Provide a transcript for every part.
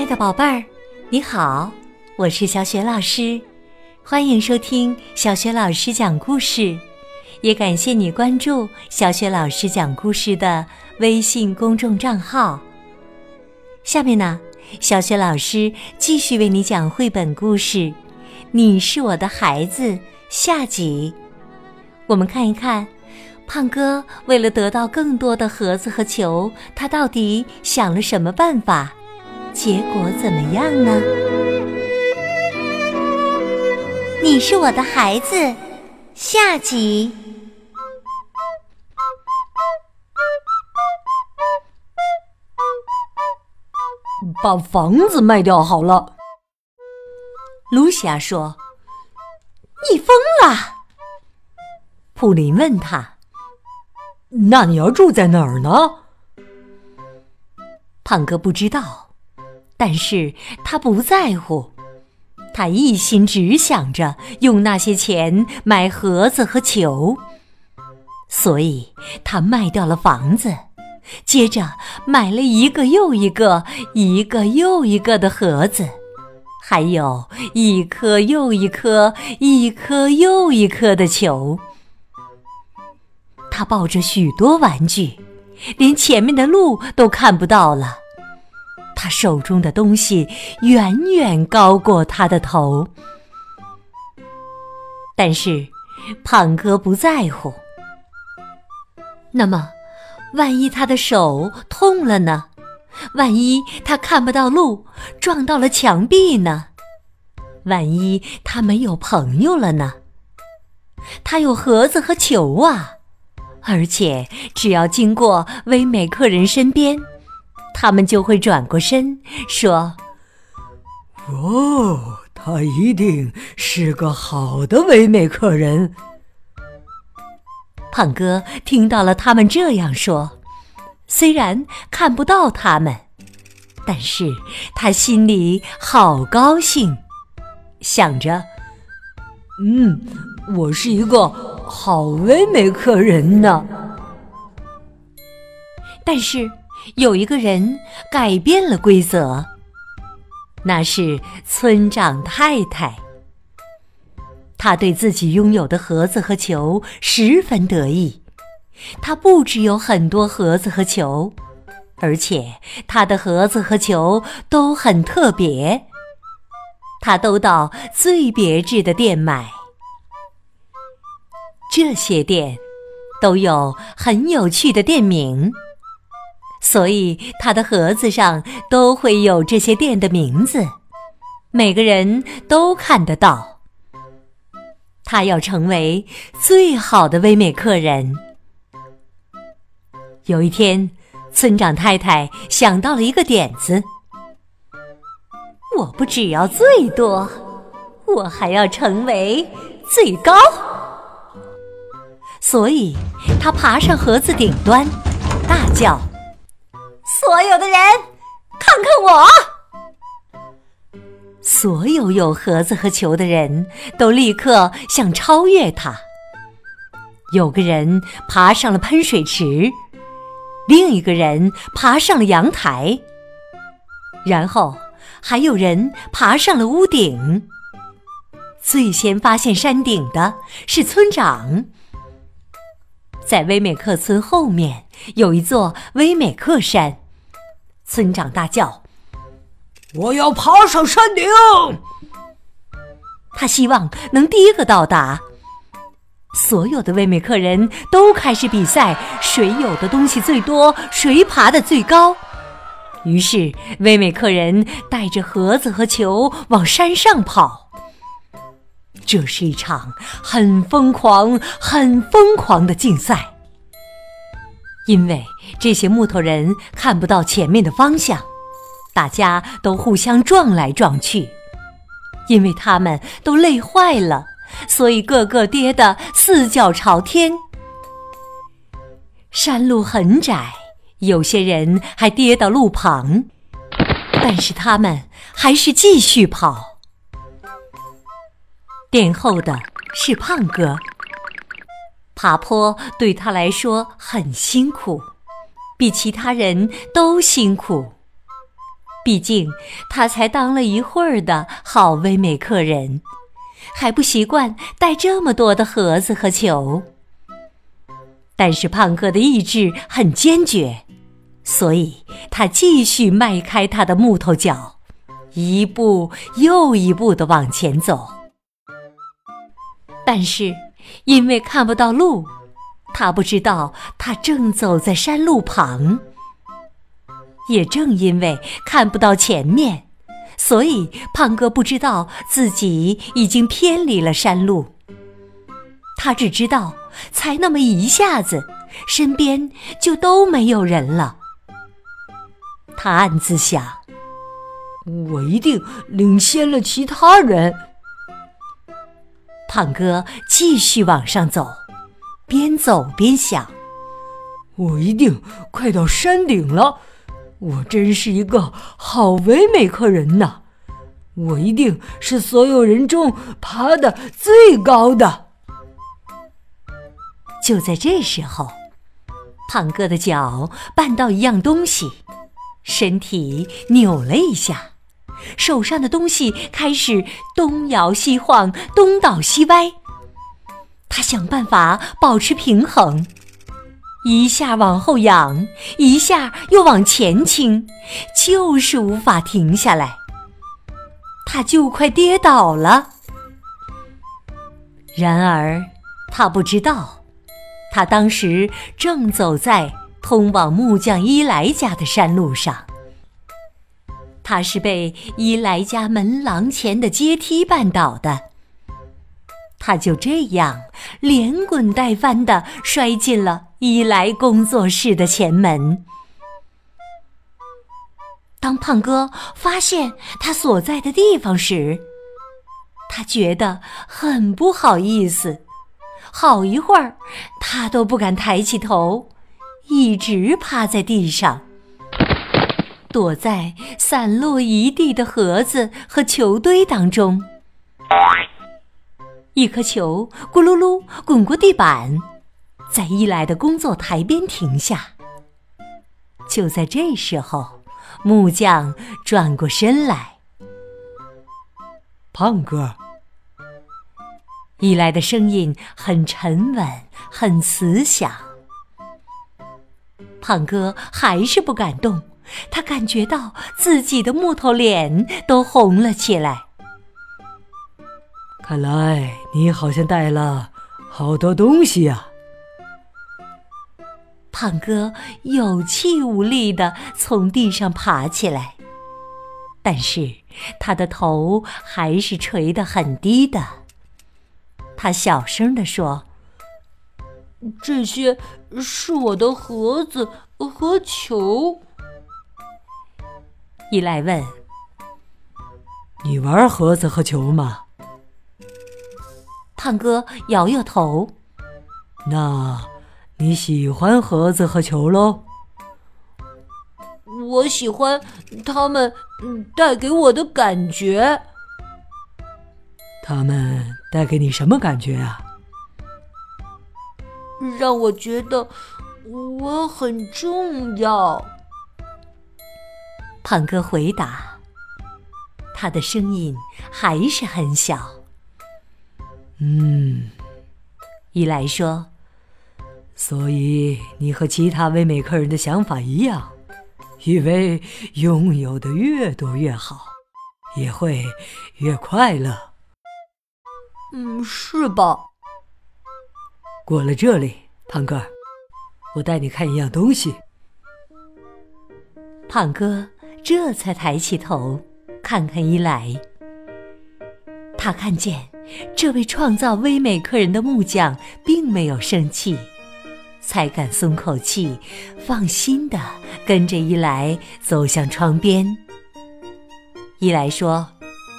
的宝贝儿，你好，我是小雪老师，欢迎收听小雪老师讲故事，也感谢你关注小雪老师讲故事的微信公众账号。下面呢，小雪老师继续为你讲绘本故事《你是我的孩子》下集。我们看一看胖哥为了得到更多的盒子和球，他到底想了什么办法，结果怎么样呢？你是我的孩子，下集。 把房子卖掉好了， 露西亚说。你疯了？普林问他。 那你要住在哪儿呢？ 胖哥不知道，但是他不在乎，他一心只想着用那些钱买盒子和球，所以他卖掉了房子，接着买了一个又一个、一个又一个的盒子，还有一颗又一颗、一颗又一颗的球。他抱着许多玩具，连前面的路都看不到了。他手中的东西远远高过他的头。但是胖哥不在乎。那么万一他的手痛了呢？万一他看不到路，撞到了墙壁呢？万一他没有朋友了呢？他有盒子和球啊，而且只要经过威美克人身边，他们就会转过身说： 哦，他一定是个好的威美克人。 胖哥听到了他们这样说，虽然看不到他们，但是他心里好高兴，想着我是一个好威美克人呢。 但是有一个人改变了规则，那是村长太太。他对自己拥有的盒子和球十分得意，他不只有很多盒子和球，而且他的盒子和球都很特别，他都到最别致的店买。这些店都有很有趣的店名，所以他的盒子上都会有这些店的名字，每个人都看得到。他要成为最好的威美克人。有一天，村长太太想到了一个点子，我不只要最多，我还要成为最高。所以他爬上盒子顶端，大叫：所有的人看看我！所有有盒子和球的人都立刻想超越他。有个人爬上了喷水池，另一个人爬上了阳台，然后还有人爬上了屋顶。最先发现山顶的是村长。在威美克村后面有一座威美克山，村长大叫： 我要爬上山顶！ 他希望能第一个到达。所有的威美克人都开始比赛，谁有的东西最多，谁爬得最高。于是威美克人带着盒子和球往山上跑。这是一场很疯狂的竞赛，因为这些木头人看不到前面的方向，大家都互相撞来撞去。因为他们都累坏了，所以个个跌得四脚朝天。山路很窄，有些人还跌到路旁，但是他们还是继续跑。殿后的是胖哥，爬坡对他来说很辛苦，比其他人都辛苦。 毕竟他才当了一会儿的好威美客人，还不习惯带这么多的盒子和球。但是胖哥的意志很坚决，所以他继续迈开他的木头脚，一步又一步地往前走。但是因为看不到路，他不知道他正走在山路旁。也正因为看不到前面，所以胖哥不知道自己已经偏离了山路。他只知道才那么一下子，身边就都没有人了。他暗自想， 我一定领先了其他人。 胖哥继续往上走，边走边想， 我一定快到山顶了，我真是一个好唯美客人呐！我一定是所有人中爬得最高的。 就在这时候，胖哥的脚绊到一样东西，身体扭了一下，手上的东西开始东摇西晃，东倒西歪。他想办法保持平衡，一下往后仰，一下又往前倾，就是无法停下来。他就快跌倒了。然而他不知道，他当时正走在通往木匠伊莱家的山路上。他是被伊莱家门廊前的阶梯绊倒的。他就这样连滚带翻地摔进了伊莱工作室的前门。当胖哥发现他所在的地方时，他觉得很不好意思，好一会儿他都不敢抬起头，一直趴在地上，躲在散落一地的盒子和球堆当中。一颗球咕噜噜滚过地板，在伊莱的工作台边停下。就在这时候，木匠转过身来。 胖哥。 伊莱的声音很沉稳，很慈祥。胖哥还是不敢动，他感觉到自己的木头脸都红了起来。 看来你好像带了好多东西呀。 胖哥有气无力地从地上爬起来，但是他的头还是垂得很低的。他小声地说：“ 这些是我的盒子和球。” 伊莱问：“ 你玩盒子和球吗？” 胖哥摇摇头。 那你喜欢盒子和球喽？ 我喜欢它们带给我的感觉。 它们带给你什么感觉啊？ 让我觉得我很重要。 胖哥回答，他的声音还是很小。 伊莱说，所以你和其他唯美客人的想法一样，以为拥有的越多越好，也会越快乐。 是吧？ 过了这里，胖哥，我带你看一样东西。 胖哥这才抬起头，看看伊莱。他看见这位创造唯美客人的木匠并没有生气，才敢松口气，放心地跟着伊莱走向窗边。伊莱说：“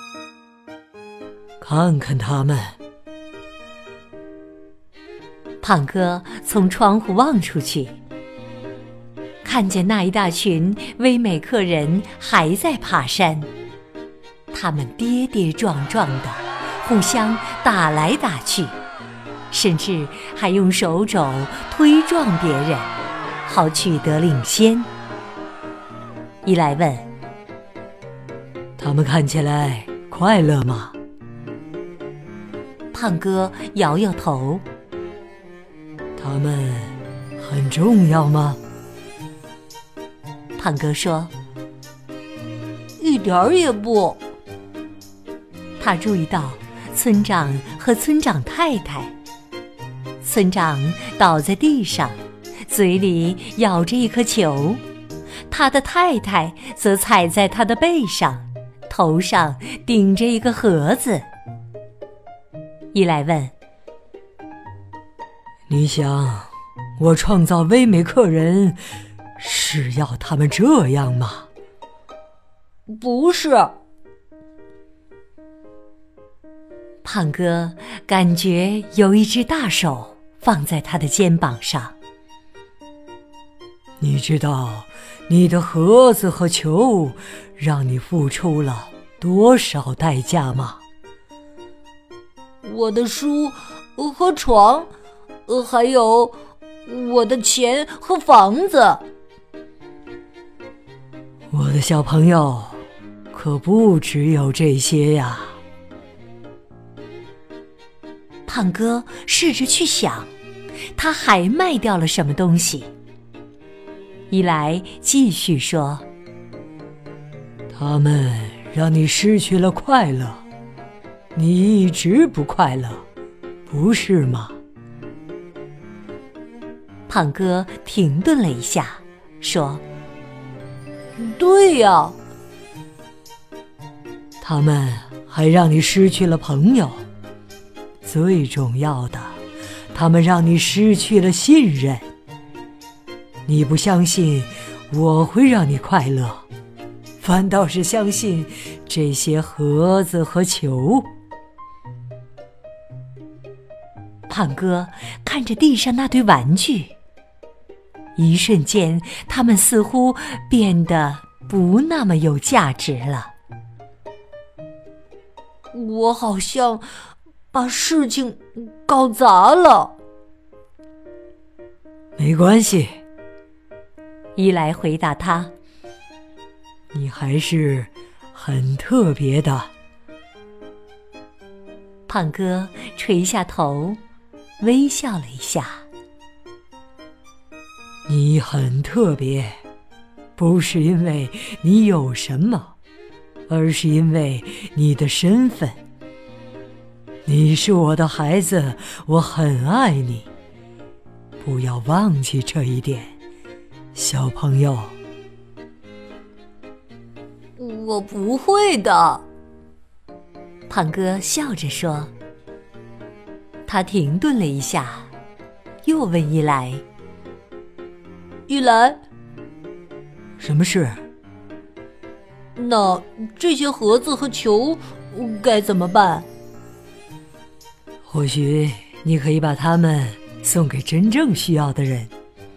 看看他们。” 胖哥从窗户望出去，看见那一大群唯美客人还在爬山，他们跌跌撞撞的，互相打来打去，甚至还用手肘推撞别人，好取得领先。伊莱问：“ 他们看起来快乐吗？ 胖哥摇摇头。 他们很重要吗？ 胖哥说： 一点儿也不。 他注意到村长和村长太太。村长倒在地上，嘴里咬着一颗球，他的太太则踩在他的背上，头上顶着一个盒子。伊莱问： 你想，我创造威美克人是要他们这样吗？ 不是。 胖哥感觉有一只大手放在他的肩膀上。 你知道你的盒子和球让你付出了多少代价吗？ 我的书和床，还有我的钱和房子。 我的小朋友，可不只有这些呀。 胖哥试着去想，他还卖掉了什么东西。伊莱继续说： 他们让你失去了快乐，你一直不快乐，不是吗？ 胖哥停顿了一下，说： 对呀。 他们还让你失去了朋友，最重要的，他们让你失去了信任。你不相信我会让你快乐，反倒是相信这些盒子和球。 胖哥看着地上那堆玩具，一瞬间，他们似乎变得不那么有价值了。 我好像把事情搞砸了。 没关系， 伊莱回答他： 你还是很特别的。 胖哥垂下头，微笑了一下。 你很特别，不是因为你有什么，而是因为你的身份。你是我的孩子，我很爱你，不要忘记这一点，小朋友。 我不会的。 胖哥笑着说。他停顿了一下，又问伊莱： 伊莱， 什么事？ 那这些盒子和球该怎么办？ 或许你可以把它们送给真正需要的人。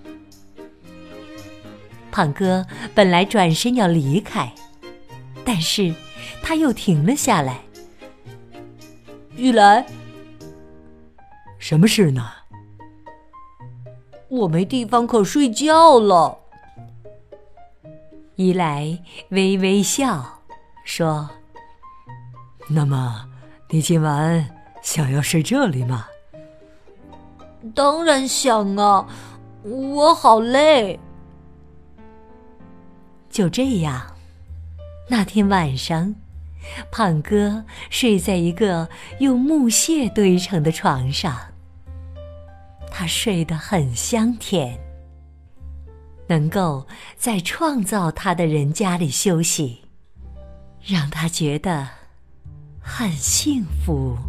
胖哥本来转身要离开，但是他又停了下来。 伊莱， 什么事呢？ 我没地方可睡觉了。 伊莱微微笑说： 那么你今晚想要睡这里吗？ 当然想啊，我好累。 就这样，那天晚上，胖哥睡在一个用木屑堆成的床上。他睡得很香甜，能够在创造他的人家里休息，让他觉得很幸福。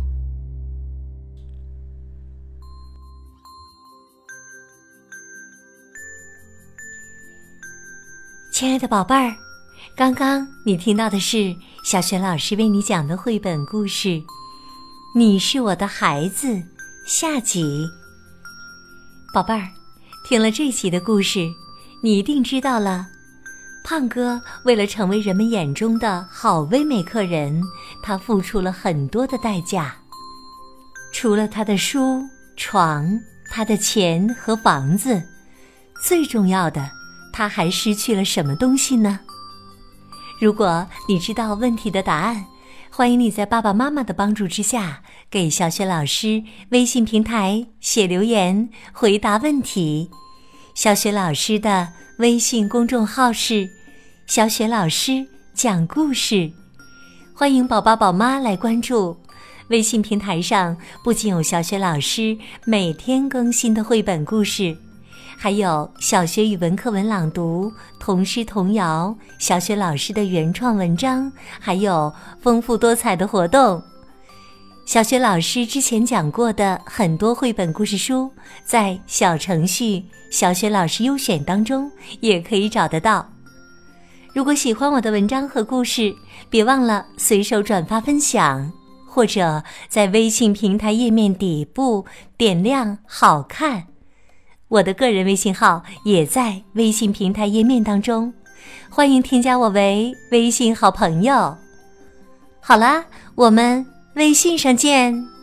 亲爱的宝贝儿，刚刚你听到的是小雪老师为你讲的绘本故事《你是我的孩子》下集。宝贝儿，听了这集的故事，你一定知道了，胖哥为了成为人们眼中的好威美克人，他付出了很多的代价。除了他的书、床、他的钱和房子，最重要的，他还失去了什么东西呢？ 如果你知道问题的答案，欢迎你在爸爸妈妈的帮助之下，给小雪老师微信平台写留言回答问题。小雪老师的微信公众号是小雪老师讲故事，欢迎宝宝宝妈来关注。微信平台上不仅有小雪老师每天更新的绘本故事，还有小学语文课文朗读、童诗童谣、小雪老师的原创文章，还有丰富多彩的活动。小雪老师之前讲过的很多绘本故事书，在小程序小雪老师优选当中也可以找得到。如果喜欢我的文章和故事，别忘了随手转发分享，或者在微信平台页面底部点亮好看。我的个人微信号也在微信平台页面当中，欢迎添加我为微信好朋友。好啦，我们微信上见。